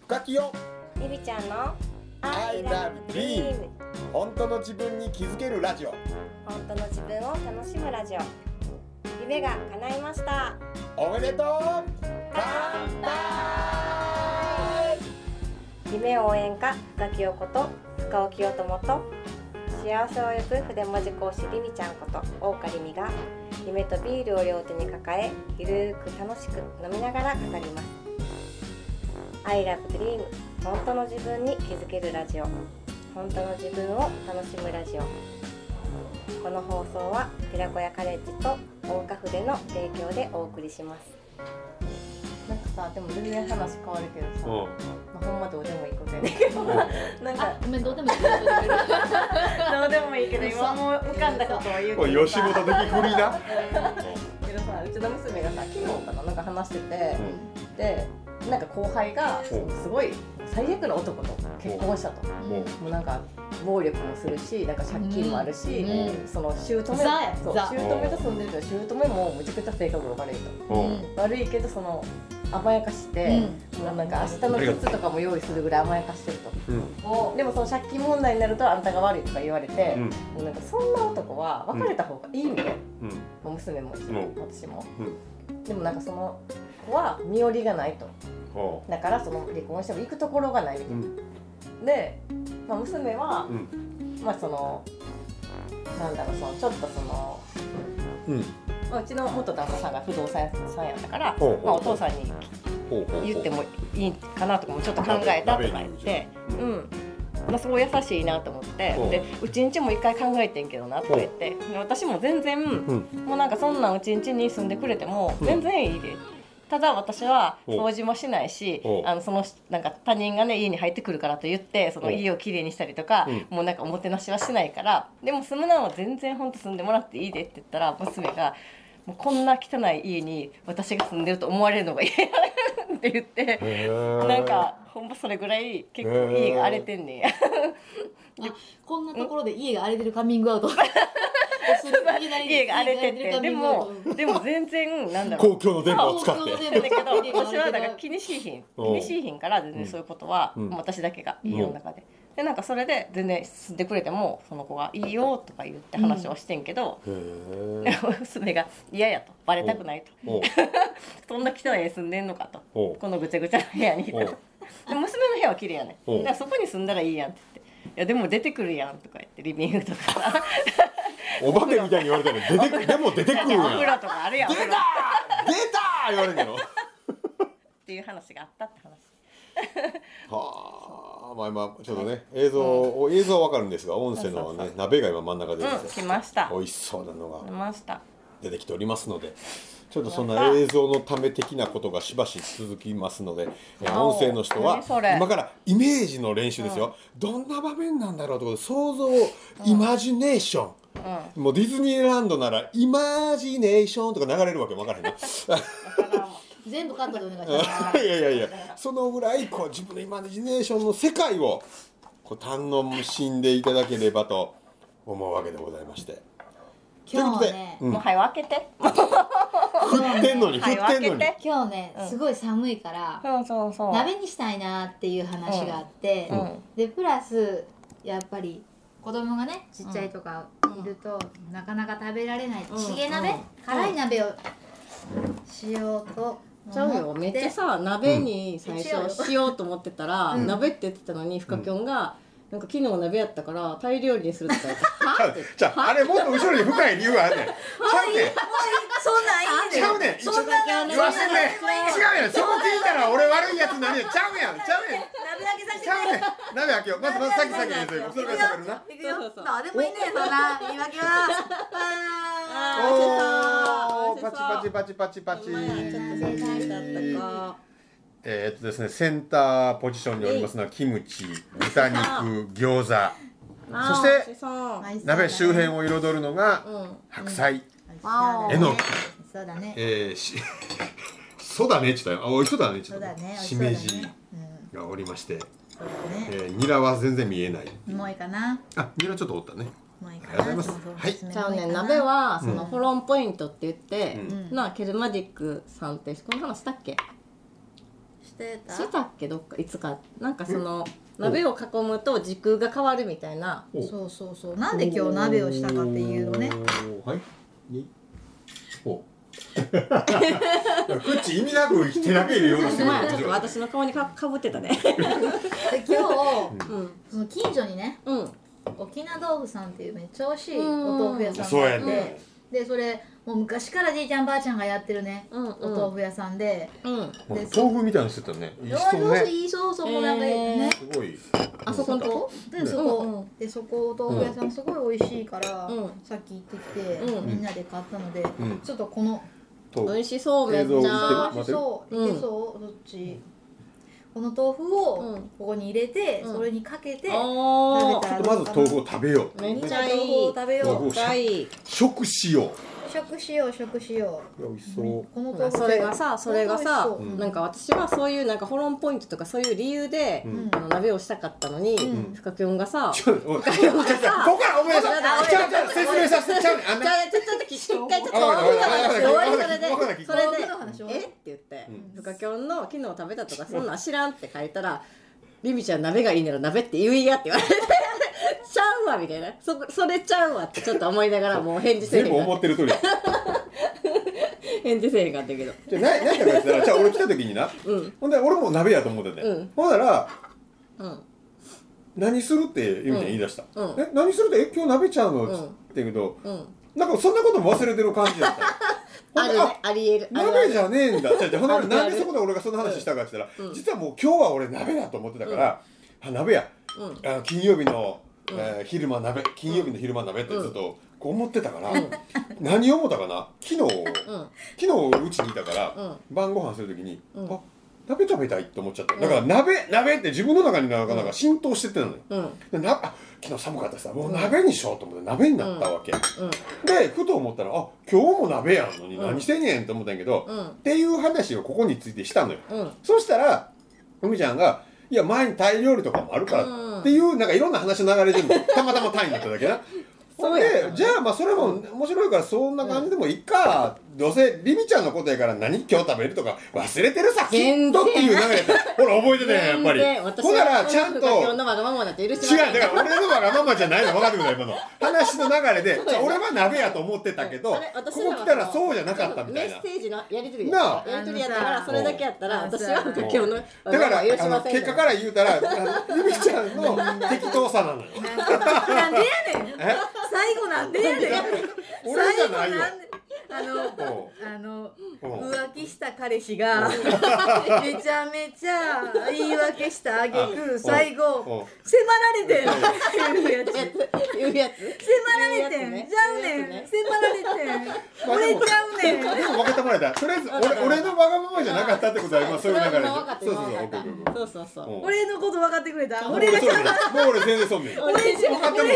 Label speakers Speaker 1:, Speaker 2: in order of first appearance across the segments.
Speaker 1: 深きよ
Speaker 2: ゆりちゃんの
Speaker 1: I love dream 本当の自分に気づけるラジオ。
Speaker 2: 本当の自分を楽しむラジオ。夢が叶いました。
Speaker 1: おめでとう。乾杯。
Speaker 2: 夢応援歌深きよこと深尾清友と幸せを呼ぶ筆文字講師りみちゃんこと大岡りみが夢とビールを両手に抱えゆるく楽しく飲みながら語ります。 I love dream 本当の自分に気づけるラジオ。本当の自分を楽しむラジオ。この放送は寺子屋カレッジと大岡筆の提供でお送りします。なんかさ、でも全然話変わるけどさ、ほんまどうでもいいことやねんけどなんか
Speaker 3: ごめん、どうでもいいこと言う
Speaker 2: どうでもいいけど今もう浮かんだことを言うけどさ、
Speaker 1: 吉本的振りな
Speaker 2: けどさ、うちの娘がさ、昨日かな、なんか話してて、で、なんか後輩がすごい最悪な男と結婚したと、もうなんか暴力もするし、なんか借金もあるし、その姑と住んでるけど姑もむちゃくちゃ性格が悪いと、悪いけどその甘やかして、もうなんか明日の靴とかも用意するぐらい甘やかしてると、でもその借金問題になるとあんたが悪いとか言われて、もうなんかそんな男は別れた方がいいみたいな、娘も私も、でもなんかその子は身寄りがないと、だからその離婚しても行くところがないみたいな、で、娘は、そのなんだろう、そのちょっとその、うちの元旦那さんが不動産屋さんやったから、お父さんに言ってもいいかなとかもちょっと考えたとか言って、すごい優しいなと思って、でうちんちも一回考えてんけどなとか言って、で私も全然、もうなんかそんなんうちんちに住んでくれても全然いいで、ただ私は掃除もしないし、そのなんか他人がね家に入ってくるからと言ってその家をきれいにしたりとか、もうなんかおもてなしはしないから、でも住むのは全然本当住んでもらっていいでって言ったら、娘がもうこんな汚い家に私が住んでると思われるのが嫌って言って、なんかほんまそれぐらい結構家が荒れてんねんや
Speaker 3: こんなところで家が荒れてるカミングアウト
Speaker 2: 家が荒れてて、でも全然なんだろう、
Speaker 1: 公共の電波を使って
Speaker 2: だけど私はだから気にしいひんから全然そういうことは、もう私だけが家の中で、でなんかそれで全然住んでくれてもその子がいいよとか言って話をしてんけど、娘が嫌やと、バレたくないとそんな汚い家住んでんのかと、このぐちゃぐちゃの部屋にで娘の部屋は綺麗やねん、だからそこに住んだらいいやんって言って、いやでも出てくるやんとか言って、リビングとかさ
Speaker 1: お化けみたいに言われたらでも出てくるやん、
Speaker 2: お風呂とかあるやん、
Speaker 1: 出た言われるけど
Speaker 2: っていう話があったって話
Speaker 1: はあ、今ちょっとね映像はわかるんですが、音声のね鍋が今真ん中で
Speaker 2: 来ました。
Speaker 1: 美味しそうなのが
Speaker 2: 来ました
Speaker 1: 出てきておりますので、ちょっとそんな映像のため的なことがしばし続きますので、音声の人は今からイメージの練習ですよ、どんな場面なんだろうということで想像、イマジネーション、もうディズニーランドならイマジネーションとか流れるわけ分からへんな
Speaker 3: 全部カットでお願いします
Speaker 1: いやそのぐらいこう自分のイマジネーションの世界をこう堪能しんでいただければと思うわけでございまして、
Speaker 3: 今日ね、
Speaker 2: もう早開けて
Speaker 1: 振ってんのに
Speaker 3: 今日ねすごい寒いから、鍋にしたいなっていう話があって、でプラスやっぱり子供がねちっちゃいとかいると、なかなか食べられないチゲ鍋、辛い鍋をしようと
Speaker 2: ちゃうよ、めっちゃさ、鍋に最初しようと思ってたら、鍋って言ってたのに深きょんがなんか昨日鍋やったからタイ料理にするとか言ってはって
Speaker 1: じゃああれもっと後ろに深い理由があるねん。ちゃうねん。
Speaker 2: そんなんいいねん。
Speaker 1: ちゃうねん。
Speaker 2: そんな
Speaker 1: 言わせてくれ。違うやん。そこ聞いたら俺悪いやつになるやん。ちゃうやん。
Speaker 2: 鍋開けさせて
Speaker 1: ちゃうねん。鍋開けよう。まず先にやつよ。それから食べるな。
Speaker 2: いくよ。どうでもいいねん、そんな。言い訳は。
Speaker 1: おー、パチパチ。
Speaker 2: ちょっと正解だったか。
Speaker 1: ですね、センターポジションにおりますのはキムチ、豚肉、餃子、そして鍋周辺を彩るのが白菜、えのき、
Speaker 3: そうだね、
Speaker 1: そうだねって言ったよ。おいしそうだねって言ったよ。しめじがおりまして、ニラは全然見えない。
Speaker 3: もういいかな。
Speaker 1: あ、ニラちょっとおったね。
Speaker 3: もういいか
Speaker 1: ありがとうございます。はい。
Speaker 2: ちゃうねん、鍋はそのホロンポイントって言って、ケルマディックさんってこの話したっけ？
Speaker 3: し
Speaker 2: したっけどっかいつかなんかその鍋を囲むと時空が変わるみたいな。
Speaker 3: そうそうそう。なんで今日鍋をしたかっていうのね。
Speaker 1: はい。お。口意味なく手だけ入れようとしてる。
Speaker 2: ちょっと私の顔にかぶってたね。
Speaker 3: で今日、その近所にね、沖縄豆腐さんっていうめっちゃ美味しいお豆腐屋さんがあって、でそれもう昔からじいちゃんばあちゃんがやってるね、お豆腐屋さんで、
Speaker 1: 豆腐みたいにしてたね。
Speaker 3: いいそうそうもうなんかね。
Speaker 1: すごい。
Speaker 2: あそこのとこ？
Speaker 3: そこでそこお豆腐屋さんすごい美味しいから、さっき行ってきてみんなで買ったので、ちょっとこの
Speaker 2: 美味しそうめっちゃ
Speaker 3: 美味しそういけそうどっち？この豆腐をここに入れてそれにかけて食べたら
Speaker 1: まず豆腐を食べよう。
Speaker 2: めっちゃいい。
Speaker 3: 食べよう。
Speaker 1: 食しよう。
Speaker 3: 食しよう。
Speaker 1: 美味しそう。
Speaker 3: この豆腐
Speaker 2: それがさ、なんか私はそういうなんかホロンポイントとかそういう理由で鍋をしたかったのに、深きょんがさ、
Speaker 1: ここからお前さ、説明させてちゃうね。
Speaker 2: ちょっと一回ちょっとそれでえって言って、深きょんの昨日食べたとかそんなん知らんって書いたら、リミちゃん鍋がいいなら鍋って言いやって言われて。ちゃうわみたいな、それちゃうわってちょっと思いながらもう返事せえへんかった。
Speaker 1: 全部思ってる通り。
Speaker 2: 返事せえへんかったけど。
Speaker 1: じゃ何だか言ったら、じゃあ俺来た時にな、ほんで俺も鍋やと思ってて、ほんなら、何するってゆみちゃん言い出した。何するって今日鍋ちゃうのって言うけど、なんかそんなことも忘れてる感じだった。
Speaker 2: ありえる。
Speaker 1: 鍋じゃねえんだ。ほんならなんでそこで俺がその話したかって言ったら、実はもう今日は俺鍋だと思ってたから、鍋や。金曜日の昼間鍋、金曜日の昼間鍋ってずっとこう思ってたから、何を思ったかな、昨日うちにいたから晩ご飯するときに、あ、鍋食べたいって思っちゃった。だから鍋って自分の中になかなか浸透してってたのよ。昨日寒かったさ、もう鍋にしようと思って鍋になったわけ。でふと思ったら、あ、今日も鍋やんのに何してんねんと思ったんやけど、っていう話をここについてしたのよ。そしたら海ちゃんが、いや前にタイ料理とかもあるからっていうなんかいろんな話の流れでたまたまタイになっただけな。でじゃあまあそれも面白いからそんな感じでもいいか、どうせリミちゃんのことやから何今日食べるとか忘れてるさきっとっていう流れでほら覚えてたやんやっぱり。ほんならちゃんと
Speaker 2: 今日のわがままだって許し
Speaker 1: 違う、だから俺のわがままじゃないの分かってください。今の話の流れで俺は鍋やと思ってたけど、ここ来たらそうじゃなかったみたいな
Speaker 2: メッセージのやり取りやったから、それだけやったら私は今日の
Speaker 1: だから結果から言うたらリミちゃんの適当さなのよ。
Speaker 3: なんでやねん最後なんでやねん。
Speaker 1: 俺じゃないよ。
Speaker 3: 浮気した彼氏がめちゃめちゃ言い訳したあげく最後迫られて
Speaker 2: 言うやつ
Speaker 3: 迫られてんちゃうねん、迫られてん俺ちゃうねん。
Speaker 1: でも分かってもらえた。とりあえず俺のわがままじゃなかったってことは今そういう流れで。
Speaker 2: そう
Speaker 3: 俺のこと分かってくれた。俺が
Speaker 1: もう俺全然そんねん。
Speaker 3: 俺じゃ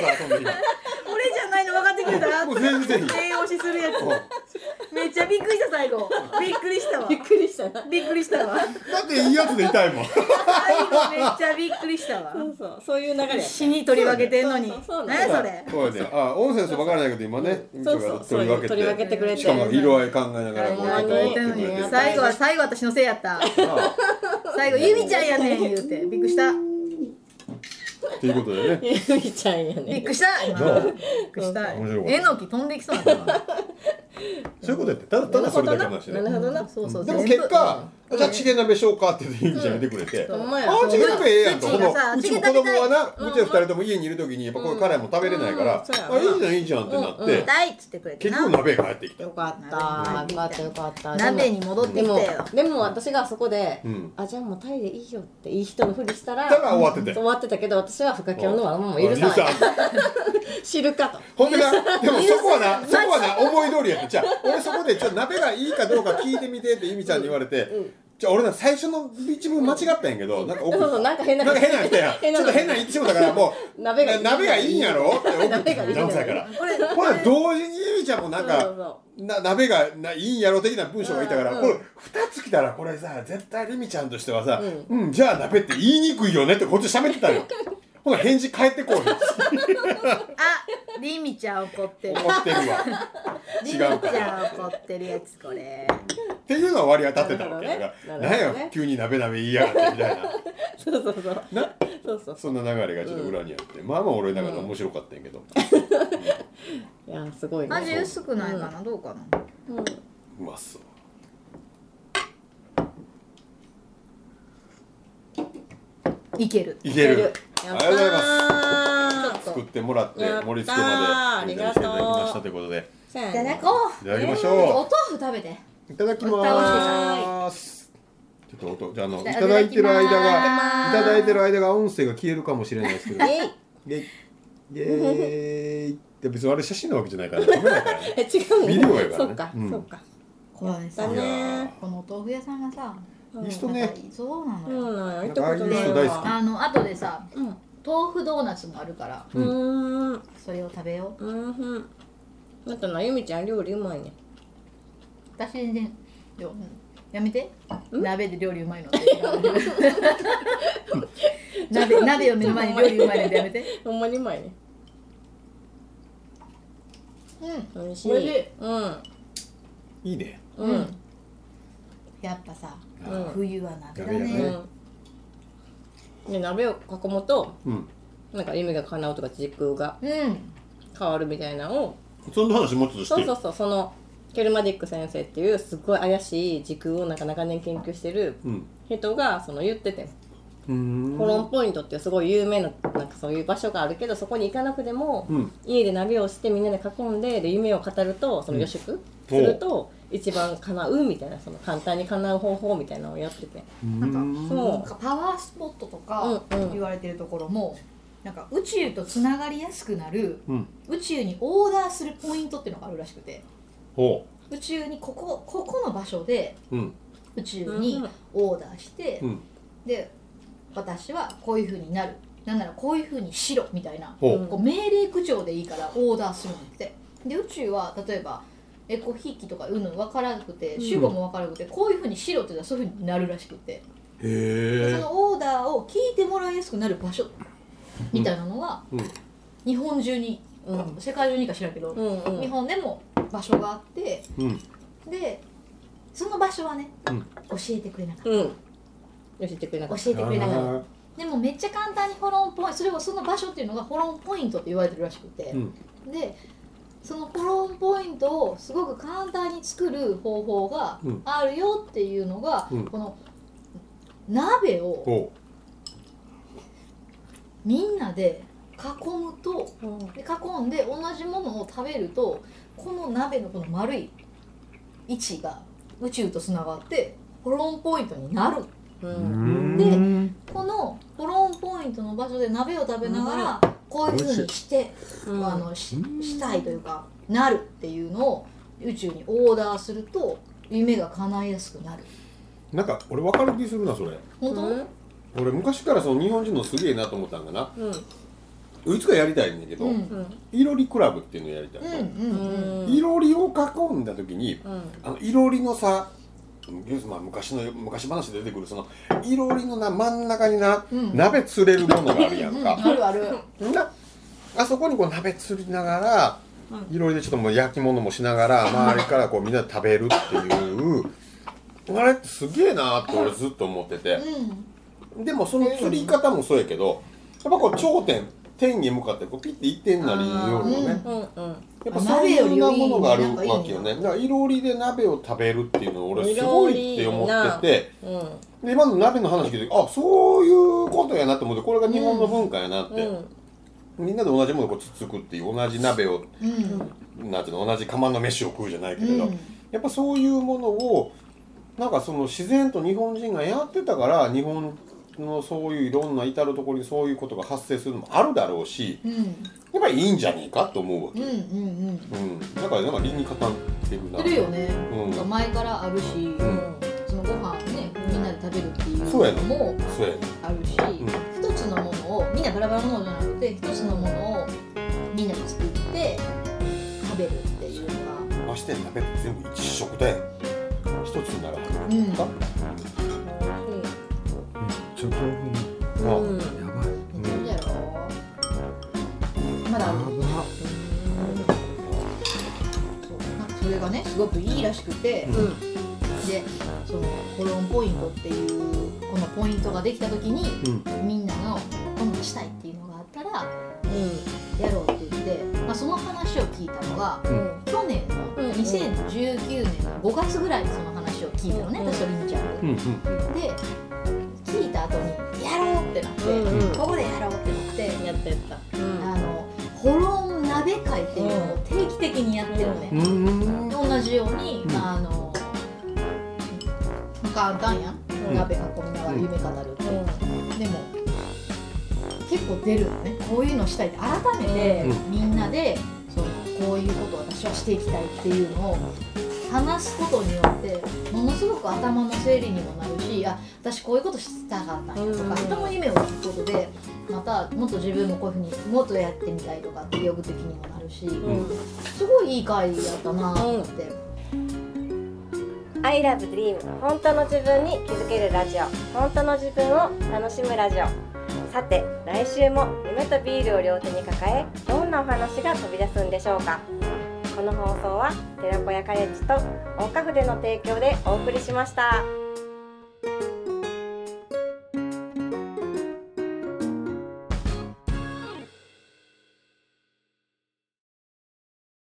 Speaker 3: ないの分かってくれた。
Speaker 1: もう全然
Speaker 3: 念押しするやつめっちゃびっくりした。最後びっくりしたわ。
Speaker 2: びっくりしたわ。
Speaker 1: だっていいやつでいたいもん。
Speaker 3: 最後めっちゃびっくりしたわ。
Speaker 2: そういう流れ。
Speaker 3: 死に取り分けてんのに。何それ。
Speaker 1: そうで、音声分からないけど今ね、取り分けてくれて、しかも色合い考えながらこう
Speaker 3: 最後は私のせいやった。最後ゆみちゃんやねん言うてびっくりした。
Speaker 1: っていうことでね。
Speaker 2: ゆみちゃんやね。
Speaker 3: びっくりした。びっくりした。えのき飛んできそうな。
Speaker 1: そういうことやって、ただそれだけの話ね。
Speaker 2: なるほどな。
Speaker 1: でも結果、じゃあチゲ鍋しようかってゆみちゃん見てくれて、あチゲ鍋ええやんと。うちの子供はな、うちら二人とも家にいる時にやっぱこういう辛いもん食べれないから、あいいじゃんってなって、結局鍋帰ってきた。
Speaker 2: よかった。
Speaker 3: 鍋に戻ってきてよ。
Speaker 2: でも私がそこで、あじゃあもうタイでいいよっていい人のふりしたら
Speaker 1: 終わって
Speaker 2: たけど、私は深きょんのわがまま許さない。知るかと。
Speaker 1: ほんでな、でもそこはな思い通りやって、じゃあ俺そこで鍋がいいかどうか聞いてみてってゆみちゃんに言われて、じゃあ俺な最初の一文間違ったんやけど、なんか変なちょっと変な言ってしまったから、もう鍋がいいんやろって奥って邪魔やから、これ同時にゆみちゃんもなんか鍋がいいんやろ的な文章がいたから、これ2つ来たらこれさ絶対りみちゃんとしてはさ、じゃあ鍋って言いにくいよねってこっち喋ってたよ。ほな返事返ってこうよ。
Speaker 3: あ、りみちゃん怒ってる。
Speaker 1: 怒ってるわ。
Speaker 3: りみちゃん怒ってるやつこれ。
Speaker 1: っっていうのは割り当たってたわけだから何や急に鍋言いやがってみたいなそうそんな流れがちょっと裏にあってまあ俺の中で面白かったんやけど
Speaker 2: いやすごいね
Speaker 3: 味薄くないかなどうかな
Speaker 1: うまそう
Speaker 3: いける
Speaker 1: ありがとうございます作ってもらって盛り付けまでいただきましたということで
Speaker 3: いただこう
Speaker 1: いただきましょう
Speaker 3: お豆腐食べて
Speaker 1: いただきますちょっと音じゃいただいてる間が音声が消えるかもしれないですけどイエーイ別にあれ写真なわけじゃないからね違
Speaker 2: う
Speaker 1: ビデオやからね
Speaker 2: そうか
Speaker 3: これさこのお豆腐屋さんがさ
Speaker 1: いい人ね
Speaker 3: そうなのよ
Speaker 1: ああいう人大好き
Speaker 3: 後でさ豆腐ドーナツもあるからそれを食べよう
Speaker 2: あとなゆみちゃん料理うまいね
Speaker 3: 私全然やめて鍋で料理うまいの鍋を目の前に料理うまいのでやめて
Speaker 2: ほんまにうまいね美味しい
Speaker 1: いいね
Speaker 3: やっぱさ冬は鍋だね
Speaker 2: で鍋を囲むとなんか夢が叶うとか時空が変わるみたいなのを
Speaker 1: そんな話もうちょっとして
Speaker 2: そうそのケルマディック先生っていうすごい怪しい時空を長年研究してる人が言っててホロンポイントっていうすごい有名ななんかそういう場所があるけどそこに行かなくても家で鍋をしてみんなで囲んで夢を語るとその予祝すると一番叶うみたいなその簡単に叶う方法みたいなのをやってて
Speaker 3: なんかパワースポットとか言われてるところもなんか宇宙とつながりやすくなる宇宙にオーダーするポイントっていうのがあるらしくて宇宙にここの場所で宇宙にオーダーしてで私はこういう風になるなんならこういう風にしろみたいなこう命令口調でいいからオーダーするんってで宇宙は例えばエコひいきとか分からなくて主語も分からなくてこういう風にしろって言ったらそういう風になるらしくてそのオーダーを聞いてもらいやすくなる場所みたいなのが日本中に世界中にか知らんけど日本でも場所があってでその場所はね教えてくれなかった教えてくれなかったでもめっちゃ簡単にホロンポイントその場所っていうのがホロンポイントって言われてるらしくてでそのホロンポイントをすごく簡単に作る方法があるよっていうのがこの鍋をみんなで囲むとで囲んで同じものを食べるとこの鍋のこの丸い位置が宇宙とつながってホロンポイントになるでこのホロンポイントの場所で鍋を食べながらこういう風にしてしたいというかなるっていうのを宇宙にオーダーすると夢が叶いやすくなる
Speaker 1: なんか俺分かる気するなそれ
Speaker 3: 本当？
Speaker 1: 俺昔からその日本人のすげえなと思ったんかな、いつかやりたいんだけど、いろりクラブっていうのをやりたいと、いろりを囲んだ時に、いろりのさ昔話で出てくるそのいろりの真ん中に鍋釣れるものがあるやんか、
Speaker 3: ある
Speaker 1: あそこにこう鍋釣りながらいろりでちょっともう焼き物もしながら周りからこうみんなで食べるっていうあれってすげえなって俺ずっと思ってて、でもその釣り方もそうやけどやっぱこう頂点天に向かってこうピッて一点なりよるのね、やっぱそういうようなものがあるわけよね。だからいろりで鍋を食べるっていうのを俺すごいって思ってて、で今の鍋の話聞いてそういうことやなと思ってこれが日本の文化やなって、みんなで同じものをこうつつくっていう同じ鍋を、なんていうの同じ釜の飯を食うじゃないけれど、やっぱそういうものをなんかその自然と日本人がやってたから日本のそういういろんな至るところにそういうことが発生するのもあるだろうし、やっぱりいいんじゃねえかと思うわけ。だからなんか理にかたってるな。
Speaker 3: するよね。前からあるし、そのご飯ねみんなで食べるっていうのもあるし、一つのものをみんなバラバラのものじゃなくて一つのものをみんなで作って食べるっていうのが。
Speaker 1: まして鍋って全部一食で一つにならない。ちょっとやばい。
Speaker 3: めっちゃやろ。まだある。それがねすごくいいらしくて、 でそのホロンポイントっていうこのポイントができた時に、みんなのこんなしたいっていうのがあったら、やろうって言って、その話を聞いたのが、去年の2019年の5月ぐらいにその話を聞いたのね、私とりんちゃんで。で聞いた後にやろうってなって、ここでやろうってなって
Speaker 2: やった、
Speaker 3: ホロン鍋会っていうのを定期的にやってるのね。同じように、簡単やん、鍋囲みながら夢語るって、でも結構出るのね、こういうのしたいって改めて、みんなでそのこういうことを私はしていきたいっていうのを話すことによってものすごく頭の整理にもなるし、私こういうことしたかったんやとか、人の夢を聞くことでまたもっと自分もこういうふうにもっとやってみたいとかって意欲的にもなるし、すごいいい回やったなと思って。
Speaker 4: I love dream 本当の自分に気づけるラジオ、本当の自分を楽しむラジオ。さて来週も夢とビールを両手に抱え、どんなお話が飛び出すんでしょうか。この放送は寺子屋カレッジと大花筆の提供でお送りしました。